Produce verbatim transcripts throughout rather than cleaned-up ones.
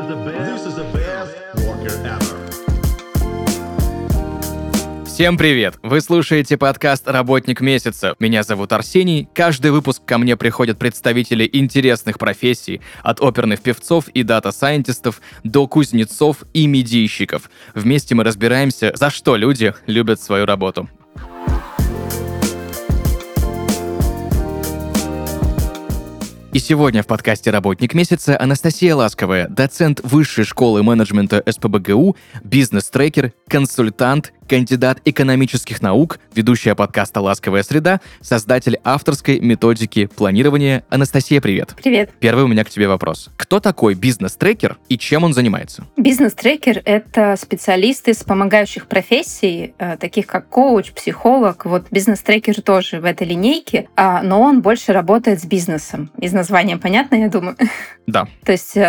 This is the best worker ever. Всем привет! Вы слушаете подкаст «Работник месяца». Меня зовут Арсений. Каждый выпуск ко мне приходят представители интересных профессий, от оперных певцов и дата-сайентистов до кузнецов и медийщиков. Вместе мы разбираемся, за что люди любят свою работу. И сегодня в подкасте «Работник месяца» Анастасия Ласковая, доцент Высшей школы менеджмента эс пэ бэ гэ у, бизнес-трекер, консультант, кандидат экономических наук, ведущая подкаста «Ласковая среда», создатель авторской методики планирования. Анастасия, привет. Привет. Первый у меня к тебе вопрос. Кто такой бизнес-трекер и чем он занимается? Бизнес-трекер — это специалисты из помогающих профессий, таких как коуч, психолог. Вот бизнес-трекер тоже в этой линейке, но он больше работает с бизнесом. Из названия понятно, я думаю? Да. То есть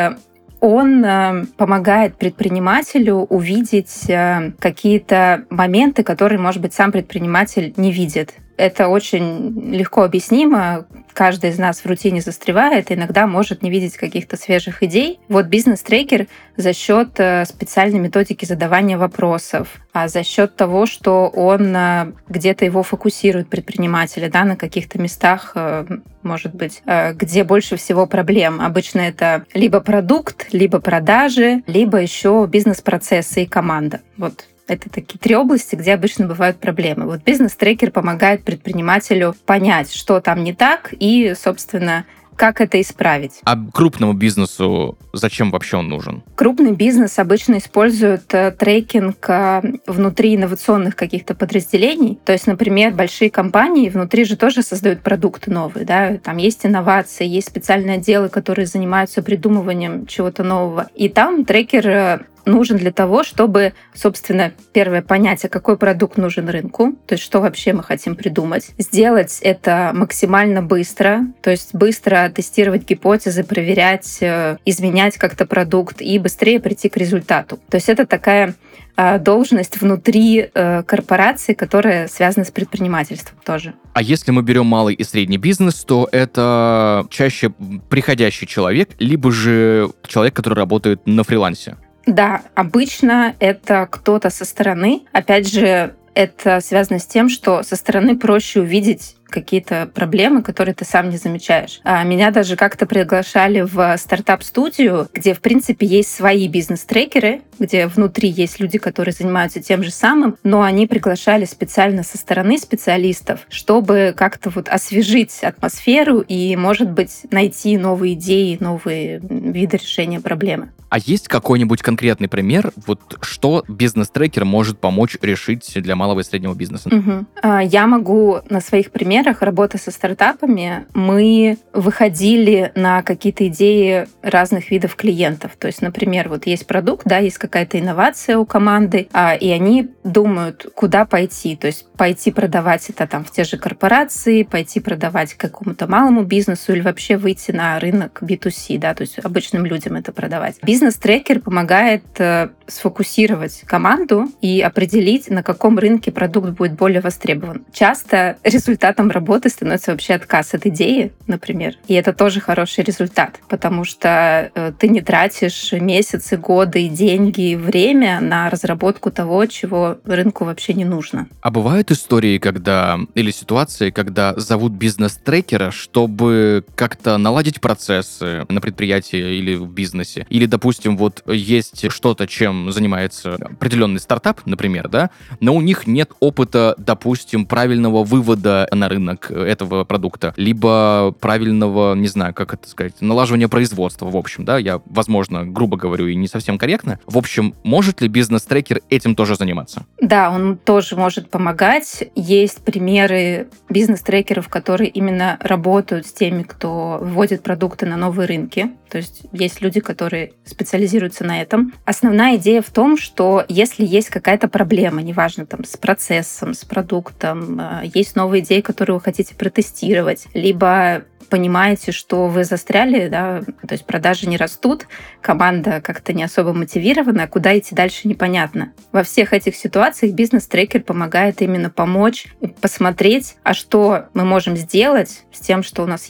он помогает предпринимателю увидеть какие-то моменты, которые, может быть, сам предприниматель не видит. Это очень легко объяснимо. Каждый из нас в рутине застревает и иногда может не видеть каких-то свежих идей. Вот бизнес-трекер за счет специальной методики задавания вопросов, а за счет того, что он где-то его фокусирует, предпринимателя, да, на каких-то местах, может быть, где больше всего проблем. Обычно это либо продукт, либо продажи, либо еще бизнес-процессы и команда. Вот. Это такие три области, где обычно бывают проблемы. Вот бизнес-трекер помогает предпринимателю понять, что там не так, и, собственно, как это исправить. А крупному бизнесу зачем вообще он нужен? Крупный бизнес обычно использует трекинг внутри инновационных каких-то подразделений. То есть, например, большие компании внутри же тоже создают продукты новые. Да? Там есть инновации, есть специальные отделы, которые занимаются придумыванием чего-то нового. И там трекер нужен для того, чтобы, собственно, первое, понять, а какой продукт нужен рынку, то есть что вообще мы хотим придумать. Сделать это максимально быстро, то есть быстро тестировать гипотезы, проверять, изменять как-то продукт и быстрее прийти к результату. То есть это такая должность внутри корпорации, которая связана с предпринимательством тоже. А если мы берем малый и средний бизнес, то это чаще приходящий человек, либо же человек, который работает на фрилансе? Да, обычно это кто-то со стороны. Опять же, это связано с тем, что со стороны проще увидеть какие-то проблемы, которые ты сам не замечаешь. А меня даже как-то приглашали в стартап-студию, где, в принципе, есть свои бизнес-трекеры, где внутри есть люди, которые занимаются тем же самым, но они приглашали специально со стороны специалистов, чтобы как-то вот освежить атмосферу и, может быть, найти новые идеи, новые виды решения проблемы. А есть какой-нибудь конкретный пример, вот что бизнес-трекер может помочь решить для малого и среднего бизнеса? Угу. Я могу на своих примерах работы со стартапами мы выходили на какие-то идеи разных видов клиентов. То есть, например, вот есть продукт, да, есть какая-то инновация у команды, и они думают, куда пойти. То есть пойти продавать это там в те же корпорации, пойти продавать какому-то малому бизнесу или вообще выйти на рынок би ту си, да, то есть обычным людям это продавать. Бизнес-трекер помогает сфокусировать команду и определить, на каком рынке продукт будет более востребован. Часто результатом работы становится вообще отказ от идеи, например. И это тоже хороший результат, потому что ты не тратишь месяцы, годы, деньги, время на разработку того, чего рынку вообще не нужно. А бывают истории, когда, или ситуации, когда зовут бизнес-трекера, чтобы как-то наладить процессы на предприятии или в бизнесе? Или, допустим, вот есть что-то, чем занимается определенный стартап, например, да, но у них нет опыта, допустим, правильного вывода на рынок этого продукта, либо правильного, не знаю, как это сказать, налаживания производства, в общем, да, я, возможно, грубо говорю и не совсем корректно. В общем, может ли бизнес-трекер этим тоже заниматься? Да, он тоже может помогать. Есть примеры бизнес-трекеров, которые именно работают с теми, кто вводит продукты на новые рынки. То есть есть люди, которые специализируются на этом. Основная идея в том, что если есть какая-то проблема, неважно, там, с процессом, с продуктом, есть новые идеи, которые вы хотите протестировать, либо понимаете, что вы застряли, да, то есть продажи не растут, команда как-то не особо мотивирована, куда идти дальше непонятно. Во всех этих ситуациях бизнес-трекер помогает именно помочь, посмотреть, а что мы можем сделать с тем, что у нас есть,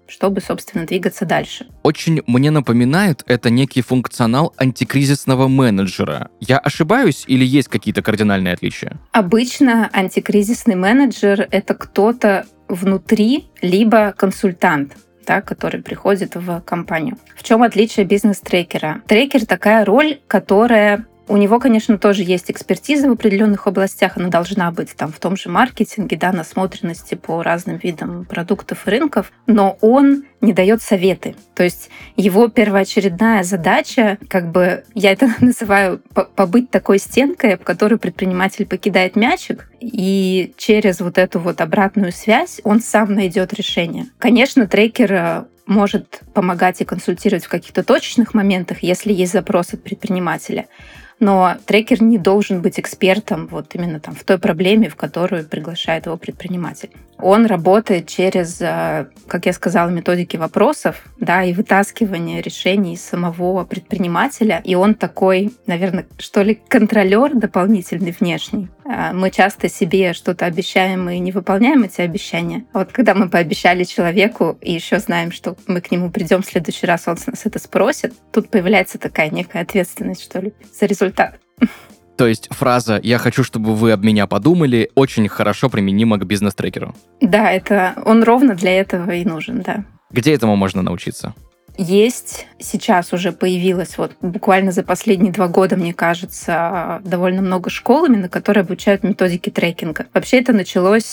чтобы, собственно, двигаться дальше. Очень мне напоминает это некий функционал антикризисного менеджера. Я ошибаюсь или есть какие-то кардинальные отличия? Обычно антикризисный менеджер — это кто-то внутри, либо консультант, да, который приходит в компанию. В чем отличие бизнес-трекера? Трекер — такая роль, которая... У него, конечно, тоже есть экспертиза в определенных областях, она должна быть там в том же маркетинге, да, насмотренности по разным видам продуктов и рынков, но он не дает советы. То есть его первоочередная задача, как бы я это называю, побыть такой стенкой, об которую предприниматель покидает мячик, и через вот эту вот обратную связь он сам найдет решение. Конечно, трекер может помогать и консультировать в каких-то точечных моментах, если есть запрос от предпринимателя. Но трекер не должен быть экспертом вот именно там в той проблеме, в которую приглашает его предприниматель. Он работает через, как я сказала, методики вопросов, да, и вытаскивание решений самого предпринимателя. И он такой, наверное, что ли, контролер дополнительный внешний. Мы часто себе что-то обещаем и не выполняем эти обещания. А вот когда мы пообещали человеку и еще знаем, что мы к нему придем в следующий раз, он с нас это спросит, тут появляется такая некая ответственность, что ли, за результат. То есть фраза «я хочу, чтобы вы об меня подумали» очень хорошо применима к бизнес-трекеру. Да, это он ровно для этого и нужен, да. Где этому можно научиться? Есть, сейчас уже появилось, вот буквально за последние два года, мне кажется, довольно много школ, именно которые обучают методике трекинга. Вообще это началось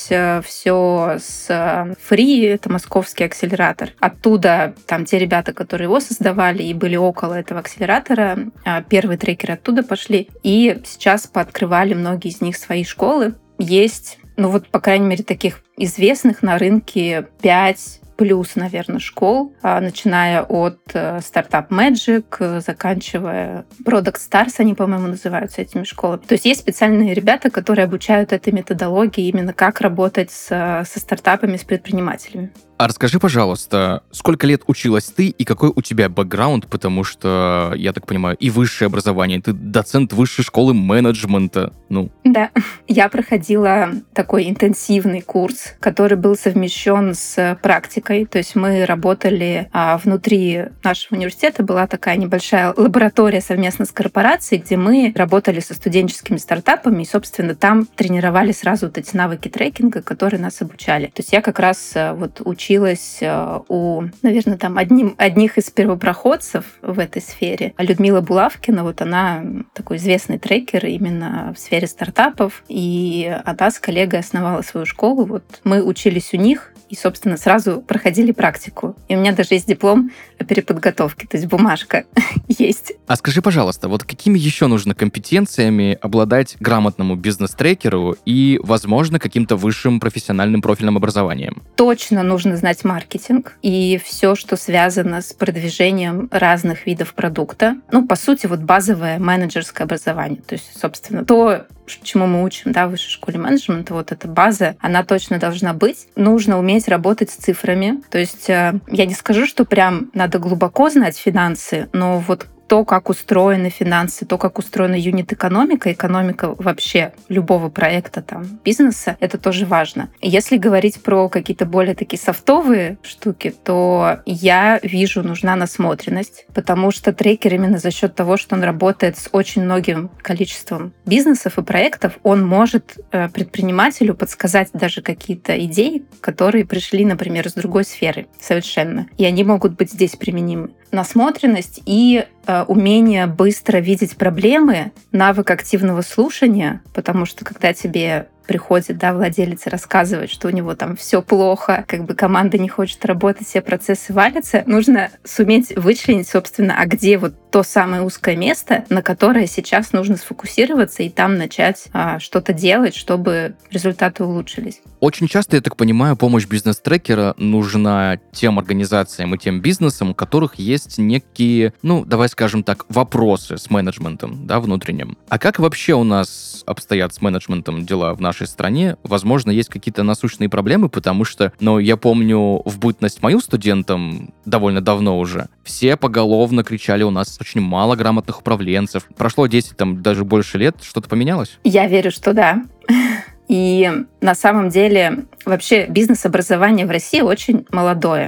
все с Фри, это московский акселератор. Оттуда там те ребята, которые его создавали и были около этого акселератора, первые трекеры оттуда пошли, и сейчас пооткрывали многие из них свои школы. Есть, ну вот, по крайней мере, таких известных на рынке пять плюс, наверное, школ, начиная от Startup Magic, заканчивая Product Stars, они, по-моему, называются этими школами. То есть есть специальные ребята, которые обучают этой методологии, именно как работать с, со стартапами, с предпринимателями. А расскажи, пожалуйста, сколько лет училась ты и какой у тебя бэкграунд, потому что, я так понимаю, и высшее образование, ты доцент высшей школы менеджмента, ну. Да, я проходила такой интенсивный курс, который был совмещен с практикой, то есть мы работали а, внутри нашего университета, была такая небольшая лаборатория совместно с корпорацией, где мы работали со студенческими стартапами и, собственно, там тренировали сразу вот эти навыки трекинга, которые нас обучали. То есть я как раз вот училась Училась у, наверное, там одним, одних из первопроходцев в этой сфере. Людмила Булавкина, вот она такой известный трекер именно в сфере стартапов, и она с коллегой основала свою школу. Вот мы учились у них и, собственно, сразу проходили практику. И у меня даже есть диплом о переподготовке, то есть бумажка есть. А скажи, пожалуйста, вот какими еще нужно компетенциями обладать грамотному бизнес-трекеру и, возможно, каким-то высшим профессиональным профильным образованием? Точно нужно знать маркетинг и все, что связано с продвижением разных видов продукта. Ну, по сути, вот базовое менеджерское образование. То есть, собственно, то, чему мы учим, да, в высшей школе менеджмента, вот эта база, она точно должна быть. Нужно уметь работать с цифрами. То есть я не скажу, что прям надо глубоко знать финансы, но вот то, как устроены финансы, то, как устроена юнит-экономика, экономика вообще любого проекта, там, бизнеса, это тоже важно. Если говорить про какие-то более такие софтовые штуки, то я вижу, нужна насмотренность, потому что трекер именно за счет того, что он работает с очень многим количеством бизнесов и проектов, он может предпринимателю подсказать даже какие-то идеи, которые пришли, например, из другой сферы совершенно. И они могут быть здесь применимы. Насмотренность и э, умение быстро видеть проблемы, навык активного слушания, потому что когда тебе приходит, да, владелец и рассказывает, что у него там все плохо, как бы команда не хочет работать, все процессы валятся, нужно суметь вычленить, собственно, а где вот то самое узкое место, на которое сейчас нужно сфокусироваться и там начать а, что-то делать, чтобы результаты улучшились. Очень часто, я так понимаю, помощь бизнес-трекера нужна тем организациям и тем бизнесам, у которых есть некие, ну, давай скажем так, вопросы с менеджментом, да, внутренним. А как вообще у нас обстоят с менеджментом дела в нашей стране? Возможно, есть какие-то насущные проблемы, потому что, ну, я помню, в бытность мою студентам довольно давно уже, все поголовно кричали, у нас очень мало грамотных управленцев. Прошло десять, там, даже больше лет, что-то поменялось? Я верю, что да. И на самом деле вообще бизнес-образование в России очень молодое.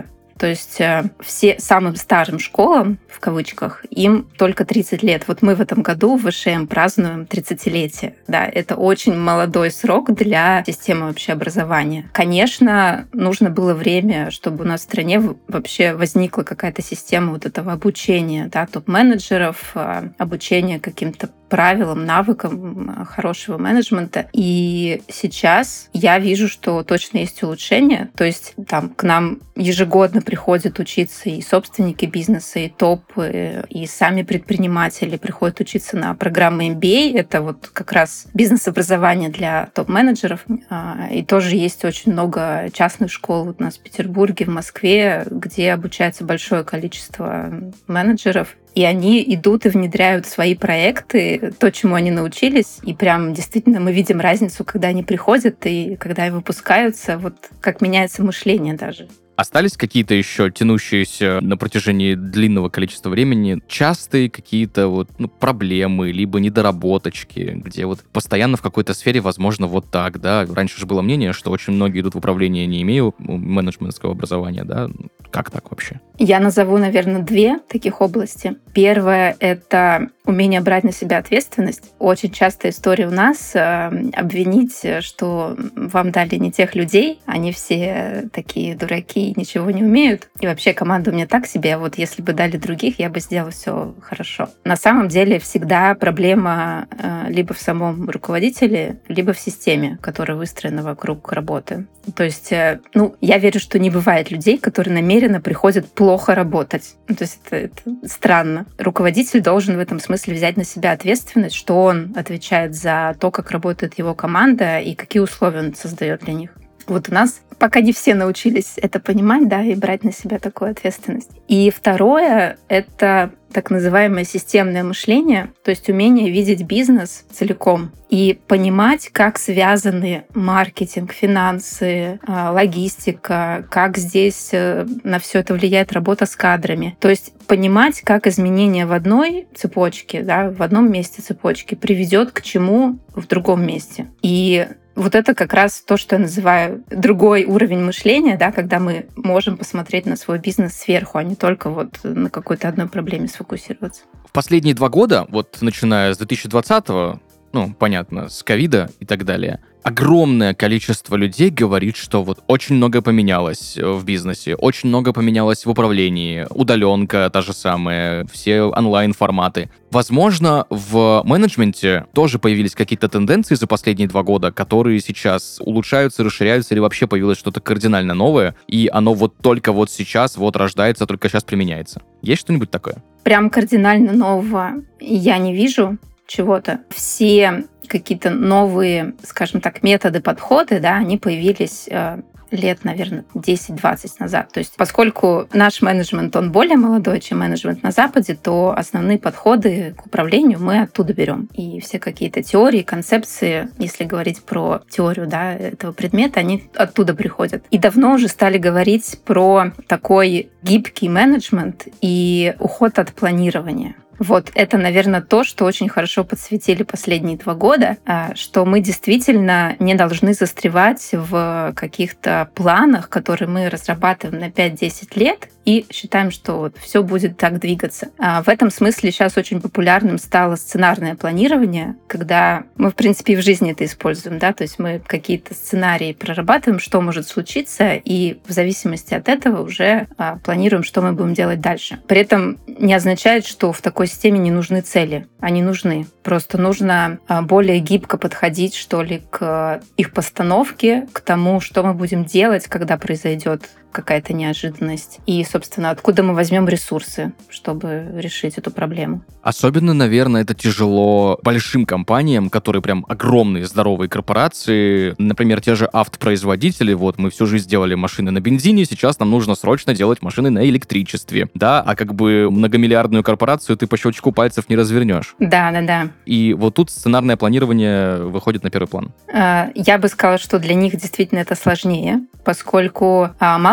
То есть э, все самым старым школам, в кавычках, им только тридцать лет. Вот мы в этом году в ВШМ празднуем тридцатилетие. Да, это очень молодой срок для системы вообще образования. Конечно, нужно было время, чтобы у нас в стране вообще возникла какая-то система вот этого обучения, да, топ-менеджеров, обучения каким-то правилам, навыкам хорошего менеджмента. И сейчас я вижу, что точно есть улучшения. То есть там к нам ежегодно приходят учиться и собственники бизнеса, и топы, и сами предприниматели приходят учиться на программы эм би эй. Это вот как раз бизнес-образование для топ-менеджеров. И тоже есть очень много частных школ вот у нас в Петербурге, в Москве, где обучается большое количество менеджеров. И они идут и внедряют свои проекты, то, чему они научились. И прям действительно мы видим разницу, когда они приходят и когда выпускаются, вот как меняется мышление даже. Остались какие-то еще тянущиеся на протяжении длинного количества времени частые какие-то вот, ну, проблемы, либо недоработочки, где вот постоянно в какой-то сфере, возможно, вот так, да? Раньше же было мнение, что очень многие идут в управление, не имея менеджментского образования, да? Как так вообще? Я назову, наверное, две таких области. Первое — это умение брать на себя ответственность. Очень частая история у нас э, обвинить, что вам дали не тех людей, они все такие дураки и ничего не умеют. И вообще команда у меня так себе, а вот если бы дали других, я бы сделала все хорошо. На самом деле всегда проблема э, либо в самом руководителе, либо в системе, которая выстроена вокруг работы. То есть, э, ну, я верю, что не бывает людей, которые намеренно приходят плохо работать. Ну, то есть это, это странно. Руководитель должен в этом смысле взять на себя ответственность, что он отвечает за то, как работает его команда и какие условия он создает для них. Вот у нас пока не все научились это понимать, да, и брать на себя такую ответственность. И второе — это так называемое системное мышление, то есть умение видеть бизнес целиком и понимать, как связаны маркетинг, финансы, логистика, как здесь на все это влияет работа с кадрами. То есть понимать, как изменение в одной цепочке, да, в одном месте цепочки приведет к чему в другом месте. И вот это как раз то, что я называю другой уровень мышления, да, когда мы можем посмотреть на свой бизнес сверху, а не только вот на какой-то одной проблеме сфокусироваться. В последние два года, вот начиная с две тысячи двадцатого, ну, понятно, с ковида и так далее, огромное количество людей говорит, что вот очень много поменялось в бизнесе, очень много поменялось в управлении, удаленка та же самая, все онлайн-форматы. Возможно, в менеджменте тоже появились какие-то тенденции за последние два года, которые сейчас улучшаются, расширяются, или вообще появилось что-то кардинально новое, и оно вот только вот сейчас вот рождается, только сейчас применяется. Есть что-нибудь такое? Прям кардинально нового я не вижу чего-то. Все какие-то новые, скажем так, методы, подходы, да, они появились э, лет, наверное, десять-двадцать назад. То есть поскольку наш менеджмент, он более молодой, чем менеджмент на Западе, то основные подходы к управлению мы оттуда берем. И все какие-то теории, концепции, если говорить про теорию, да, этого предмета, они оттуда приходят. И давно уже стали говорить про такой гибкий менеджмент и уход от планирования. Вот это, наверное, то, что очень хорошо подсветили последние два года, что мы действительно не должны застревать в каких-то планах, которые мы разрабатываем на пять-десять лет, и считаем, что вот все будет так двигаться. А в этом смысле сейчас очень популярным стало сценарное планирование, когда мы, в принципе, и в жизни это используем, да, то есть мы какие-то сценарии прорабатываем, что может случиться, и в зависимости от этого уже а, планируем, что мы будем делать дальше. При этом не означает, что в такой системе не нужны цели. Они нужны. Просто нужно а, более гибко подходить, что ли, к их постановке, к тому, что мы будем делать, когда произойдет какая-то неожиданность. И, собственно, откуда мы возьмем ресурсы, чтобы решить эту проблему. Особенно, наверное, это тяжело большим компаниям, которые прям огромные, здоровые корпорации. Например, те же автопроизводители. Вот мы всю жизнь делали машины на бензине, сейчас нам нужно срочно делать машины на электричестве. Да, а как бы многомиллиардную корпорацию ты по щелчку пальцев не развернешь. Да, да, да. И вот тут сценарное планирование выходит на первый план. Я бы сказала, что для них действительно это сложнее, поскольку мало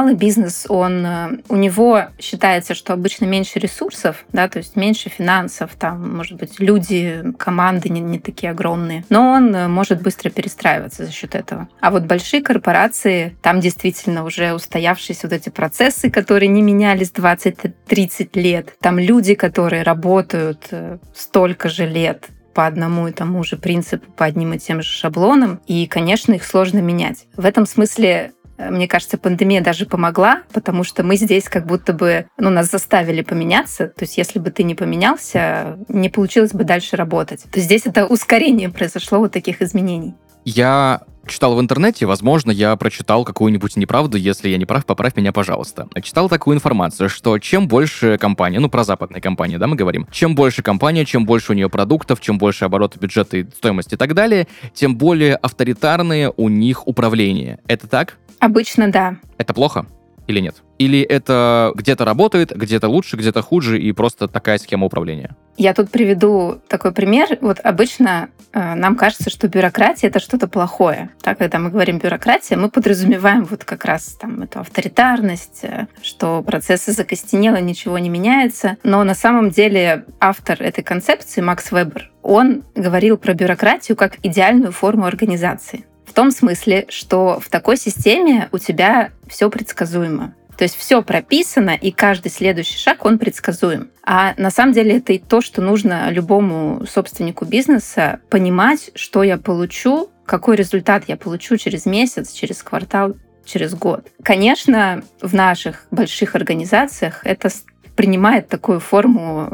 малый бизнес, он, у него считается, что обычно меньше ресурсов, да, то есть меньше финансов, там, может быть, люди, команды не, не такие огромные, но он может быстро перестраиваться за счет этого. А вот большие корпорации, там действительно уже устоявшиеся вот эти процессы, которые не менялись двадцать-тридцать лет, там люди, которые работают столько же лет по одному и тому же принципу, по одним и тем же шаблонам, и, конечно, их сложно менять. В этом смысле, мне кажется, пандемия даже помогла, потому что мы здесь как будто бы, ну, нас заставили поменяться. То есть если бы ты не поменялся, не получилось бы дальше работать. То есть здесь это ускорение произошло вот таких изменений. Я читал в интернете, возможно, я прочитал какую-нибудь неправду, если я не прав, поправь меня, пожалуйста. Читал такую информацию, что чем больше компания, ну, про западные компании, да, мы говорим, чем больше компания, чем больше у нее продуктов, чем больше обороты, бюджета, и стоимости и так далее, тем более авторитарные у них управления. Это так? Обычно да. Это плохо или нет? Или это где-то работает, где-то лучше, где-то хуже, и просто такая схема управления? Я тут приведу такой пример. Вот обычно э, нам кажется, что бюрократия — это что-то плохое. Так, когда мы говорим бюрократия, мы подразумеваем вот как раз там эту авторитарность, э, что процессы закостенело, ничего не меняется. Но на самом деле автор этой концепции, Макс Вебер, он говорил про бюрократию как идеальную форму организации. В том смысле, что в такой системе у тебя все предсказуемо. То есть все прописано, и каждый следующий шаг, он предсказуем. А на самом деле это и то, что нужно любому собственнику бизнеса понимать, что я получу, какой результат я получу через месяц, через квартал, через год. Конечно, в наших больших организациях это принимает такую форму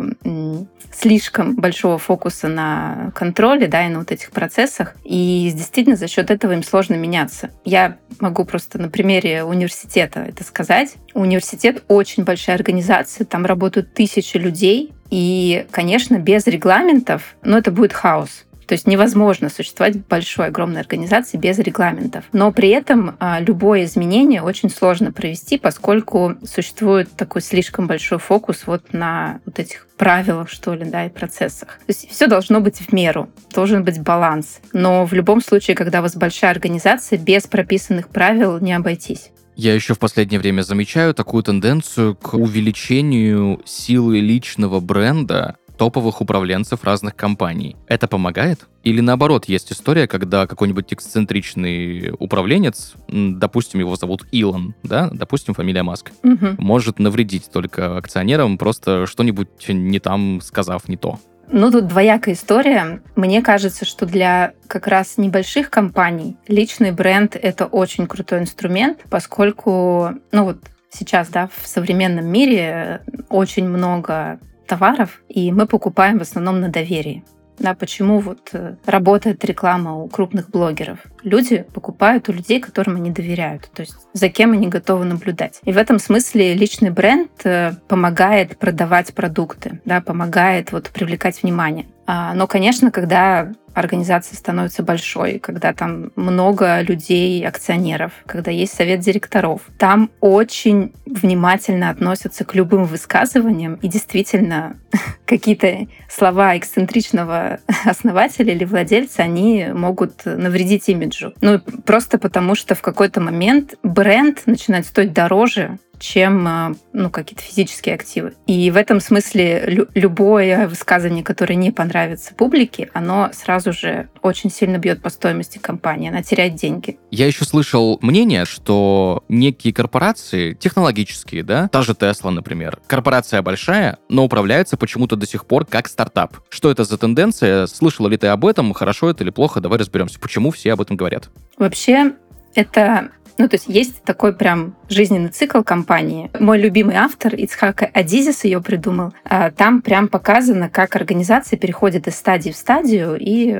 слишком большого фокуса на контроле, да, и на вот этих процессах. И действительно за счет этого им сложно меняться. Я могу просто на примере университета это сказать. Университет очень большая организация, там работают тысячи людей. И, конечно, без регламентов, ну, это будет хаос. То есть невозможно существовать в большой, огромной организации без регламентов. Но при этом а, любое изменение очень сложно провести, поскольку существует такой слишком большой фокус вот на вот этих правилах, что ли, да, и процессах. То есть все должно быть в меру, должен быть баланс. Но в любом случае, когда у вас большая организация, без прописанных правил не обойтись. Я еще в последнее время замечаю такую тенденцию к увеличению силы личного бренда топовых управленцев разных компаний. Это помогает? Или наоборот, есть история, когда какой-нибудь эксцентричный управленец, допустим, его зовут Илон, да, допустим, фамилия Маск, Угу. может навредить только акционерам, просто что-нибудь не там сказав не то? Ну, тут двоякая история. Мне кажется, что для как раз небольших компаний личный бренд — это очень крутой инструмент, поскольку, ну вот сейчас, да, в современном мире очень много товаров, и мы покупаем в основном на доверии. Да, почему вот работает реклама у крупных блогеров? Люди покупают у людей, которым они доверяют, то есть за кем они готовы наблюдать. И в этом смысле личный бренд помогает продавать продукты, да, помогает вот привлекать внимание. Но, конечно, когда организация становится большой, когда там много людей, акционеров, когда есть совет директоров, там очень внимательно относятся к любым высказываниям, и действительно какие-то слова эксцентричного основателя или владельца, они могут навредить имиджу. Ну, просто потому, что в какой-то момент бренд начинает стоить дороже, чем, ну, какие-то физические активы. И в этом смысле лю- любое высказывание, которое не понравится публике, оно сразу же очень сильно бьет по стоимости компании, она теряет деньги. Я еще слышал мнение, что некие корпорации, технологические, да, та же Tesla, например, корпорация большая, но управляется почему-то до сих пор как стартап. Что это за тенденция? Слышала ли ты об этом? Хорошо это или плохо? Давай разберемся. Почему все об этом говорят? Вообще, это... Ну, то есть есть такой прям жизненный цикл компании. Мой любимый автор Ицхак Адизис ее придумал. Там прям показано, как организация переходит из стадии в стадию и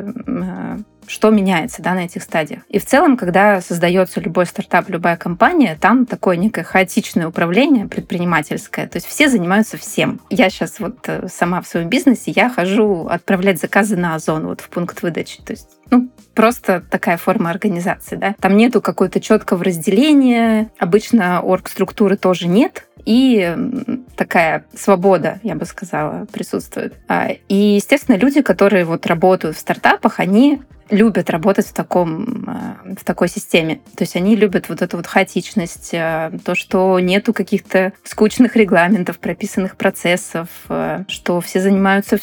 что меняется, да, на этих стадиях. И в целом, когда создается любой стартап, любая компания, там такое некое хаотичное управление предпринимательское. То есть все занимаются всем. Я сейчас вот сама в своем бизнесе, я хожу отправлять заказы на Озон, вот в пункт выдачи. То есть, ну, просто такая форма организации, да. Там нету какого-то четкого разделения. Обычно оргструктуры тоже нет. и такая свобода, я бы сказала, присутствует. И, естественно, люди, которые вот работают в стартапах, они любят работать в таком, в такой системе. То есть они любят вот эту вот хаотичность, то, что нету каких-то скучных регламентов, прописанных процессов, что все занимаются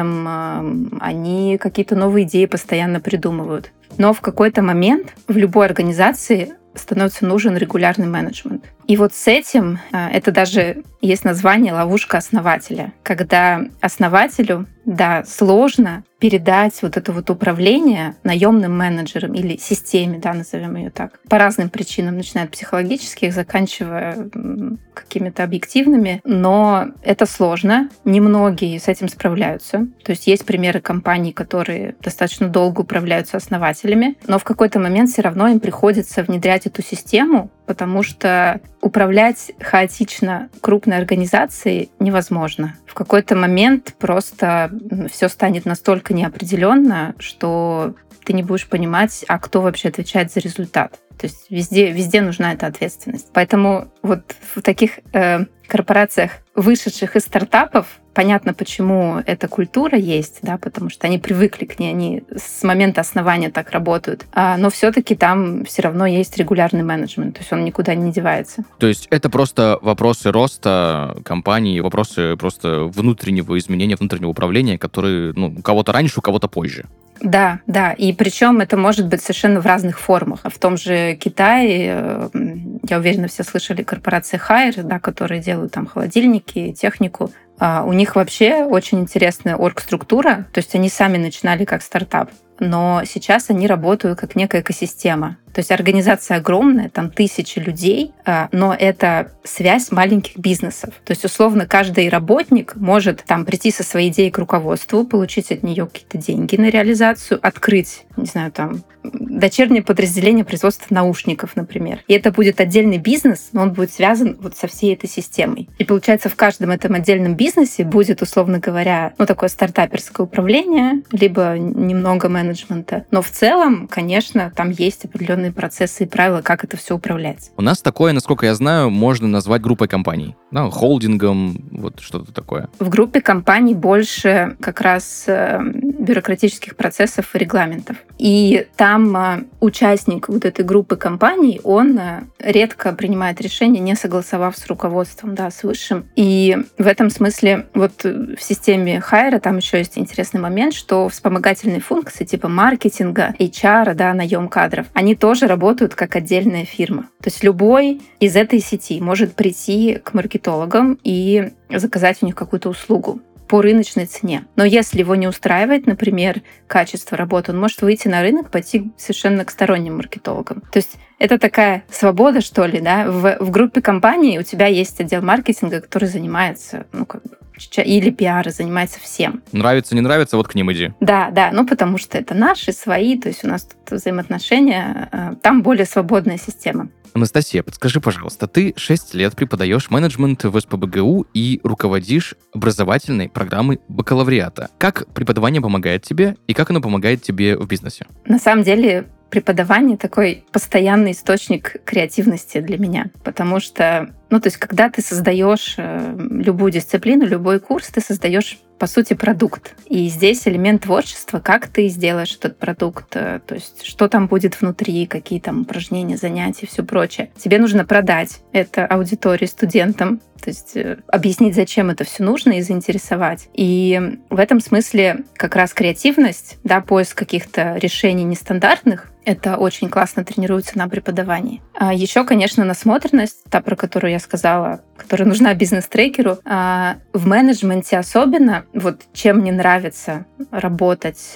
всем, они какие-то новые идеи постоянно придумывают. Но в какой-то момент в любой организации становится нужен регулярный менеджмент. И вот с этим, это даже есть название «ловушка основателя», когда основателю, да, сложно передать вот это вот управление наемным менеджерам или системе, да, назовем ее так, по разным причинам, начиная от психологических, заканчивая какими-то объективными, но это сложно, немногие с этим справляются. То есть есть примеры компаний, которые достаточно долго управляются основателями, но в какой-то момент все равно им приходится внедрять эту систему, потому что управлять хаотично крупной организацией невозможно. В какой-то момент просто все станет настолько неопределенно, что ты не будешь понимать, а кто вообще отвечает за результат. То есть везде, везде нужна эта ответственность. Поэтому вот в таких э, корпорациях, вышедших из стартапов, понятно, почему эта культура есть, да, потому что они привыкли к ней, они с момента основания так работают. А, но все-таки там все равно есть регулярный менеджмент, то есть он никуда не девается. То есть это просто вопросы роста компании, вопросы просто внутреннего изменения, внутреннего управления, которые, ну, у кого-то раньше, у кого-то позже. Да, да, и причем это может быть совершенно в разных формах. В том же Китае, я уверена, все слышали корпорации Haier, да, которые делают там холодильники, технику. У них вообще очень интересная оргструктура, то есть они сами начинали как стартап, но сейчас они работают как некая экосистема. То есть организация огромная, там тысячи людей, но это связь маленьких бизнесов. То есть, условно, каждый работник может там прийти со своей идеей к руководству, получить от нее какие-то деньги на реализацию, открыть, не знаю, там, дочернее подразделение производства наушников, например. И это будет отдельный бизнес, но он будет связан вот со всей этой системой. И получается, в каждом этом отдельном бизнесе будет, условно говоря, ну, такое стартаперское управление, либо немного менеджмента. Но в целом, конечно, там есть определенные процессы и правила, как это все управляется. У нас такое, насколько я знаю, можно назвать группой компаний. Да, холдингом, вот что-то такое. В группе компаний больше как раз э, бюрократических процессов и регламентов. И там э, участник вот этой группы компаний, он э, редко принимает решения, не согласовав с руководством, да, с высшим. И в этом смысле вот в системе Haier там еще есть интересный момент, что вспомогательные функции типа маркетинга, эйч ар, да, наем кадров, они тоже работают как отдельная фирма. То есть любой из этой сети может прийти к маркетологам и заказать у них какую-то услугу по рыночной цене. Но если его не устраивает, например, качество работы, он может выйти на рынок, пойти совершенно к сторонним маркетологам. То есть это такая свобода, что ли, да? В, в группе компаний у тебя есть отдел маркетинга, который занимается, ну, как бы, или пиара, занимается всем. Нравится, не нравится, вот к ним иди. Да, да, ну потому что это наши, свои, то есть у нас тут взаимоотношения, там более свободная система. Анастасия, подскажи, пожалуйста, ты шесть лет преподаешь менеджмент в эс пэ бэ гэ у и руководишь образовательной программой бакалавриата. Как преподавание помогает тебе и как оно помогает тебе в бизнесе? На самом деле преподавание такой постоянный источник креативности для меня, потому что, ну, то есть, когда ты создаешь любую дисциплину, любой курс, ты создаешь, по сути, продукт. И здесь элемент творчества, как ты сделаешь этот продукт, то есть, что там будет внутри, какие там упражнения, занятия, все прочее. Тебе нужно продать это аудитории, студентам, то есть объяснить, зачем это все нужно и заинтересовать. И в этом смысле как раз креативность, да, поиск каких-то решений нестандартных, это очень классно тренируется на преподавании. А еще, конечно, насмотренность, та, про которую я сказала, которая нужна бизнес-трекеру. А в менеджменте особенно, вот чем мне нравится работать,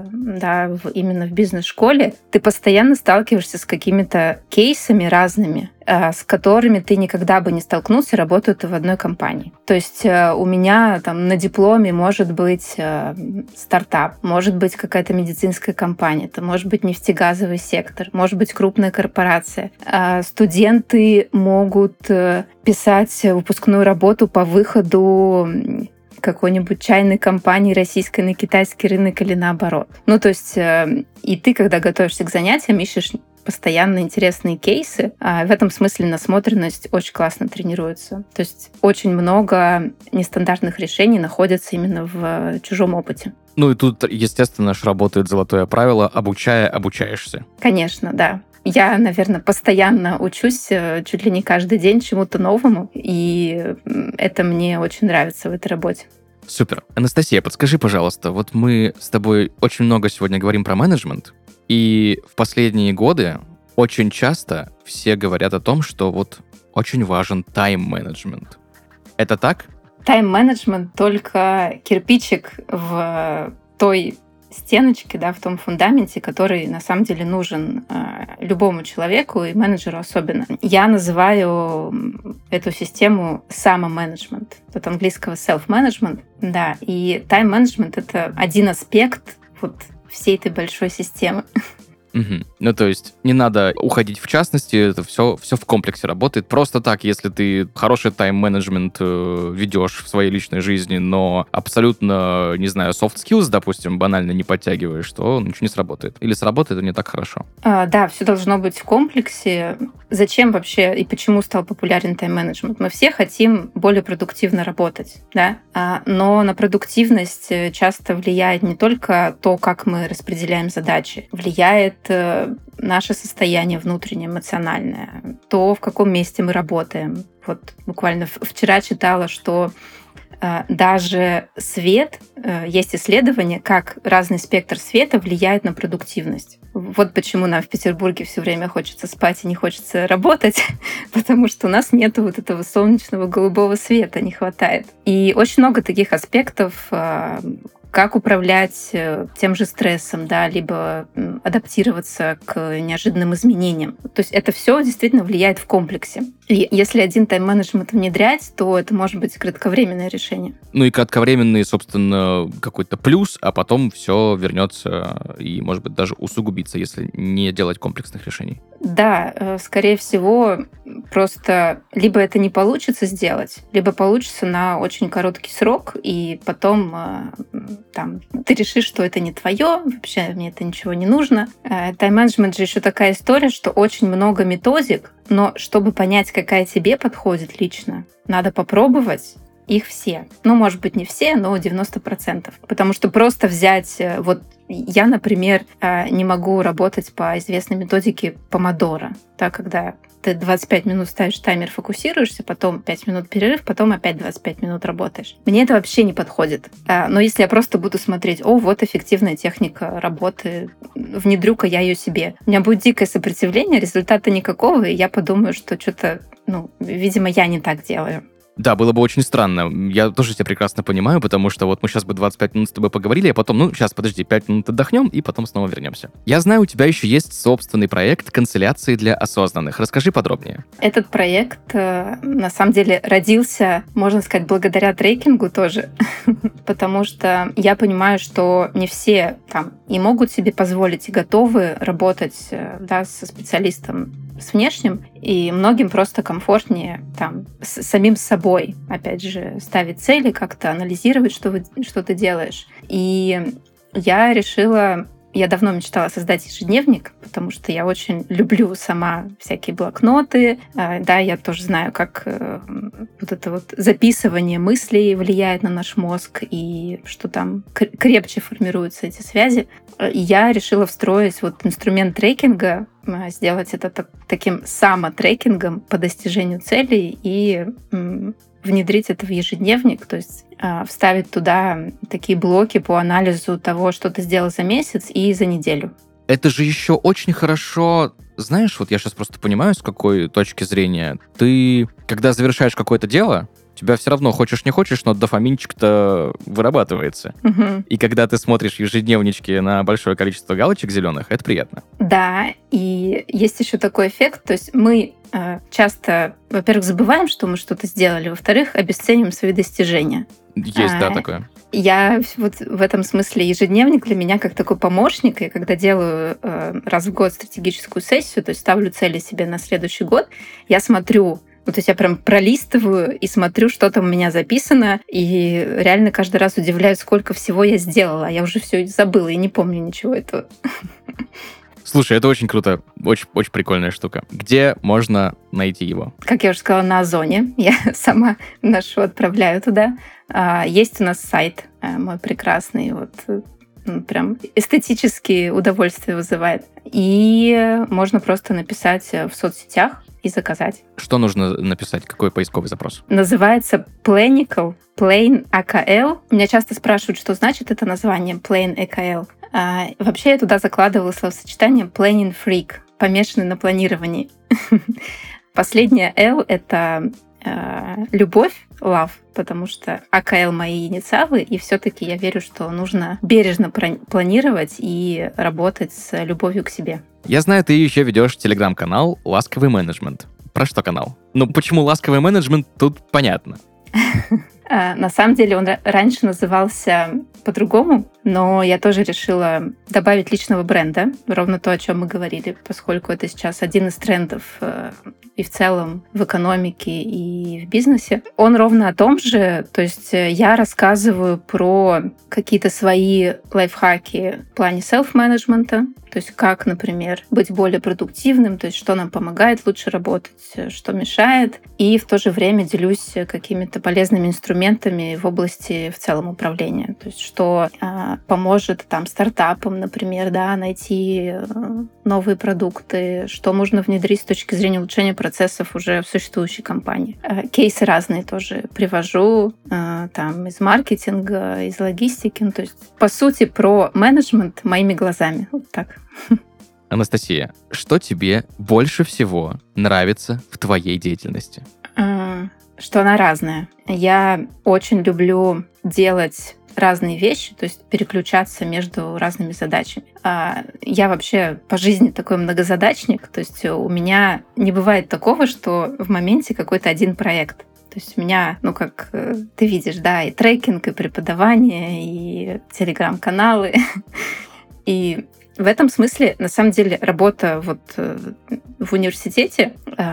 да, именно в бизнес-школе, ты постоянно сталкиваешься с какими-то кейсами разными, с которыми ты никогда бы не столкнулся, работая ты в одной компании. То есть у меня там на дипломе может быть стартап, может быть какая-то медицинская компания, это может быть нефтегазовый сектор, может быть крупная корпорация. Студенты могут писать выпускную работу по выходу какой-нибудь чайной компании российской на китайский рынок или наоборот. Ну, то есть и ты, когда готовишься к занятиям, ищешь постоянно интересные кейсы. А в этом смысле насмотренность очень классно тренируется. То есть очень много нестандартных решений находится именно в чужом опыте. Ну и тут, естественно, ж работает золотое правило: обучая, обучаешься. Конечно, да. Я, наверное, постоянно учусь, чуть ли не каждый день чему-то новому, и это мне очень нравится в этой работе. Супер. Анастасия, подскажи, пожалуйста, вот мы с тобой очень много сегодня говорим про менеджмент, и в последние годы очень часто все говорят о том, что вот очень важен тайм-менеджмент. Это так? Тайм-менеджмент только кирпичик в той стеночке, да, в том фундаменте, который на самом деле нужен э, любому человеку и менеджеру особенно. Я называю эту систему самоменеджмент. От английского self-management, да. И тайм-менеджмент — это один аспект вот всей этой большой системы. Угу. Ну, то есть не надо уходить в частности, это все, все в комплексе работает. Просто так, если ты хороший тайм-менеджмент э, ведешь в своей личной жизни, но абсолютно, не знаю, soft skills, допустим, банально не подтягиваешь, то ничего не сработает. Или сработает, но не так хорошо. А, да, все должно быть в комплексе. Зачем вообще и почему стал популярен тайм-менеджмент? Мы все хотим более продуктивно работать, да? А, но на продуктивность часто влияет не только то, как мы распределяем задачи, влияет наше состояние внутреннее, эмоциональное, то, в каком месте мы работаем. Вот буквально вчера читала, что э, даже свет, э, есть исследование, как разный спектр света влияет на продуктивность. Вот почему нам в Петербурге все время хочется спать и не хочется работать, потому что у нас нет вот этого солнечного голубого света, не хватает. И очень много таких аспектов, э, как управлять тем же стрессом, да, либо адаптироваться к неожиданным изменениям. То есть это все действительно влияет в комплексе. И если один тайм-менеджмент внедрять, то это может быть кратковременное решение. Ну и кратковременный, собственно, какой-то плюс, а потом все вернется и, может быть, даже усугубится, если не делать комплексных решений. Да, скорее всего, просто либо это не получится сделать, либо получится на очень короткий срок, и потом там, ты решишь, что это не твое, вообще мне это ничего не нужно. Тайм-менеджмент же еще такая история, что очень много методик, но чтобы понять, какая тебе подходит лично, надо попробовать их все. Ну, может быть, не все, но девяносто процентов. Потому что просто взять... Вот я, например, не могу работать по известной методике помодоро, да, когда ты двадцать пять минут ставишь таймер, фокусируешься, потом пять минут перерыв, потом опять двадцать пять минут работаешь. Мне это вообще не подходит. Но если я просто буду смотреть, о, вот эффективная техника работы, внедрю-ка я ее себе, у меня будет дикое сопротивление, результата никакого, и я подумаю, что что-то, ну, видимо, я не так делаю. Да, было бы очень странно. Я тоже тебя прекрасно понимаю, потому что вот мы сейчас бы двадцать пять минут с тобой поговорили, а потом, ну, сейчас, подожди, пять минут отдохнем, и потом снова вернемся. Я знаю, у тебя еще есть собственный проект канцеляции для осознанных. Расскажи подробнее. Этот проект, на самом деле, родился, можно сказать, благодаря трекингу тоже, потому что я понимаю, что не все там и могут себе позволить, и готовы работать, да, со специалистом с внешним, и многим просто комфортнее там с самим собой, опять же, ставить цели, как-то анализировать, что, вы, что ты делаешь. И я решила... Я давно мечтала создать ежедневник, потому что я очень люблю сама всякие блокноты. Да, я тоже знаю, как вот это вот записывание мыслей влияет на наш мозг, и что там крепче формируются эти связи. И я решила встроить вот инструмент трекинга, сделать это таким самотрекингом по достижению целей и внедрить это в ежедневник, то есть э, вставить туда такие блоки по анализу того, что ты сделал за месяц и за неделю. Это же еще очень хорошо... Знаешь, вот я сейчас просто понимаю, с какой точки зрения. Ты, когда завершаешь какое-то дело, у тебя все равно, хочешь не хочешь, но дофаминчик-то вырабатывается. Угу. И когда ты смотришь ежедневнички на большое количество галочек зеленых, это приятно. Да, и есть еще такой эффект, то есть мы э, часто, во-первых, забываем, что мы что-то сделали, во-вторых, обесцениваем свои достижения. Есть, а, да, такое. Я вот в этом смысле ежедневник для меня как такой помощник, и когда делаю э, раз в год стратегическую сессию, то есть ставлю цели себе на следующий год, я смотрю, ну, то есть я прям пролистываю и смотрю, что там у меня записано, и реально каждый раз удивляюсь, сколько всего я сделала. Я уже все забыла и не помню ничего этого. Слушай, это очень круто, очень, очень прикольная штука. Где можно найти его? Как я уже сказала, на Озоне. Я сама ношу, отправляю туда. А, Есть у нас сайт э, мой прекрасный, вот э, м, прям эстетические удовольствие вызывает. И можно просто написать э, в соцсетях и заказать. Что нужно написать? Какой поисковый запрос? Называется Planical, Plain эй кей эл. Меня часто спрашивают, что значит это название Plain эй кей эл. А, вообще я туда закладывала словосочетание Planning Freak, помешанный на планировании. Последнее L — это э, любовь, love, потому что эй кей эл мои инициалы, и все-таки я верю, что нужно бережно планировать и работать с любовью к себе. Я знаю, ты еще ведешь телеграм-канал «Ласковый менеджмент». Про что канал? Ну, почему «Ласковый менеджмент» тут понятно. На самом деле он раньше назывался по-другому, но я тоже решила добавить личного бренда, ровно то, о чем мы говорили, поскольку это сейчас один из трендов и в целом в экономике, и в бизнесе. Он ровно о том же, то есть я рассказываю про какие-то свои лайфхаки в плане селф-менеджмента, то есть как, например, быть более продуктивным, то есть что нам помогает лучше работать, что мешает, и в то же время делюсь какими-то полезными инструментами в области в целом управления, то есть что э, поможет там стартапам, например, да, найти э, новые продукты, что можно внедрить с точки зрения улучшения процессов уже в существующей компании. Э, кейсы разные тоже привожу, э, там из маркетинга, из логистики, ну, то есть по сути про менеджмент моими глазами, вот так. Анастасия, что тебе больше всего нравится в твоей деятельности? Что она разная. Я очень люблю делать разные вещи, то есть переключаться между разными задачами. Я вообще по жизни такой многозадачник, то есть у меня не бывает такого, что в моменте какой-то один проект. То есть у меня, ну, как ты видишь, да, и трекинг, и преподавание, и телеграм-каналы, и в этом смысле, на самом деле, работа вот в университете,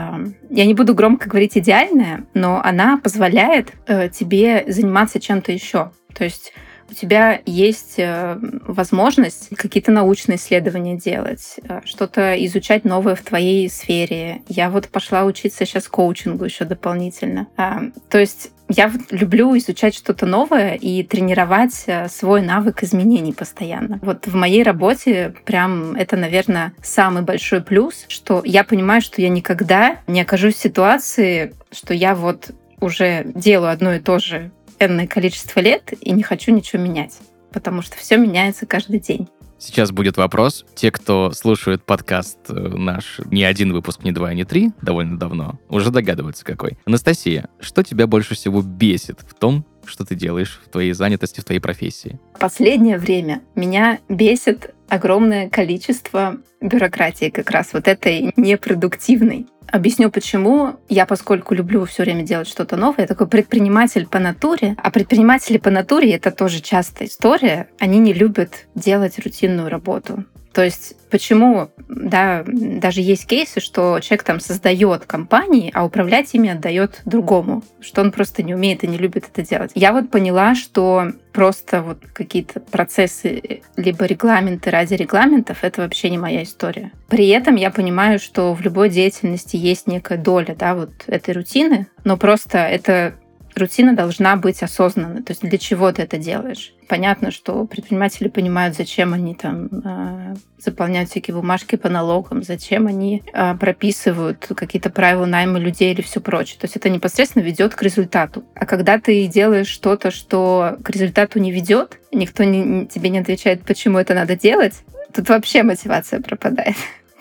я не буду громко говорить идеальная, но она позволяет тебе заниматься чем-то еще. То есть у тебя есть возможность какие-то научные исследования делать, что-то изучать новое в твоей сфере. Я вот пошла учиться сейчас коучингу еще дополнительно. То есть я вот люблю изучать что-то новое и тренировать свой навык изменений постоянно. Вот в моей работе прям это, наверное, самый большой плюс, что я понимаю, что я никогда не окажусь в ситуации, что я вот уже делаю одно и то же энное количество лет и не хочу ничего менять, потому что все меняется каждый день. Сейчас будет вопрос. Те, кто слушает подкаст наш не один выпуск, не два, не три, довольно давно, уже догадываются какой. Анастасия, что тебя больше всего бесит в том, что ты делаешь в твоей занятости, в твоей профессии? Последнее время меня бесит огромное количество бюрократии, как раз вот этой непродуктивной. Объясню, почему. Я, поскольку люблю все время делать что-то новое, я такой предприниматель по натуре. А предприниматели по натуре — это тоже частая история. Они не любят делать рутинную работу. То есть почему, да, даже есть кейсы, что человек там создает компании, а управлять ими отдает другому, что он просто не умеет и не любит это делать. Я вот поняла, что просто вот какие-то процессы либо регламенты ради регламентов — это вообще не моя история. При этом я понимаю, что в любой деятельности есть некая доля, да, вот этой рутины, но просто это рутина должна быть осознанной. То есть для чего ты это делаешь? Понятно, что предприниматели понимают, зачем они там э, заполняют всякие бумажки по налогам, зачем они э, прописывают какие-то правила найма людей или все прочее. То есть это непосредственно ведет к результату. А когда ты делаешь что-то, что к результату не ведет, никто не, тебе не отвечает, почему это надо делать, тут вообще мотивация пропадает.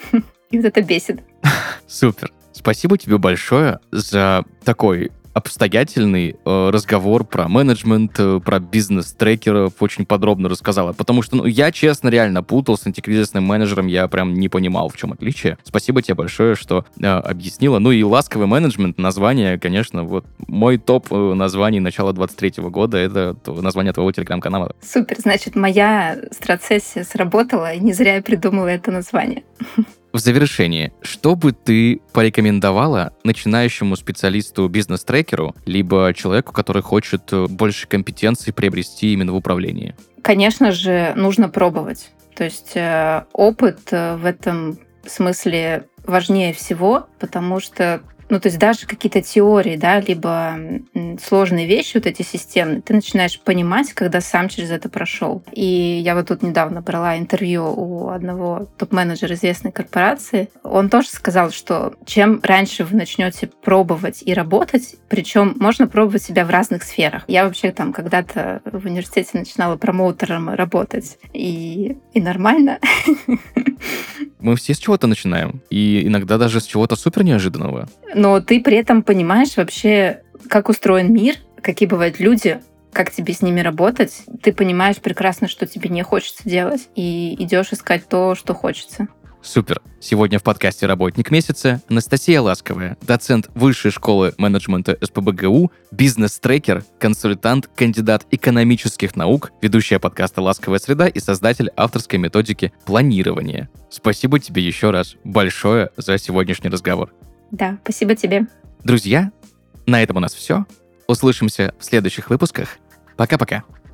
И вот это бесит. Супер. Спасибо тебе большое за такой обстоятельный э, разговор про менеджмент, э, про бизнес-трекеров, очень подробно рассказала. Потому что, ну, я, честно, реально путал с антикризисным менеджером, я прям не понимал, в чем отличие. Спасибо тебе большое, что э, объяснила. Ну и ласковый менеджмент, название, конечно, вот мой топ названий начала двадцать третьего года, это название твоего телеграм-канала. Супер, значит, моя стратсессия сработала, и не зря я придумала это название. В завершение, что бы ты порекомендовала начинающему специалисту, бизнес-трекеру, либо человеку, который хочет больше компетенций приобрести именно в управлении? Конечно же, нужно пробовать. То есть э, опыт э, в этом смысле важнее всего, потому что ну, то есть даже какие-то теории, да, либо сложные вещи, вот эти системные, ты начинаешь понимать, когда сам через это прошел. И я вот тут недавно брала интервью у одного топ-менеджера известной корпорации. Он тоже сказал, что чем раньше вы начнете пробовать и работать, причем можно пробовать себя в разных сферах. Я вообще там когда-то в университете начинала промоутером работать, и, и нормально. Мы все с чего-то начинаем, и иногда даже с чего-то супер неожиданного. Но ты при этом понимаешь вообще, как устроен мир, какие бывают люди, как тебе с ними работать. Ты понимаешь прекрасно, что тебе не хочется делать, и идешь искать то, что хочется. Супер. Сегодня в подкасте «Работник месяца» Анастасия Ласковая, доцент Высшей школы менеджмента эс пэ бэ гэ у, бизнес-трекер, консультант, кандидат экономических наук, ведущая подкаста «Ласковая среда» и создатель авторской методики планирования. Спасибо тебе еще раз большое за сегодняшний разговор. Да, спасибо тебе. Друзья, на этом у нас все. Услышимся в следующих выпусках. Пока-пока.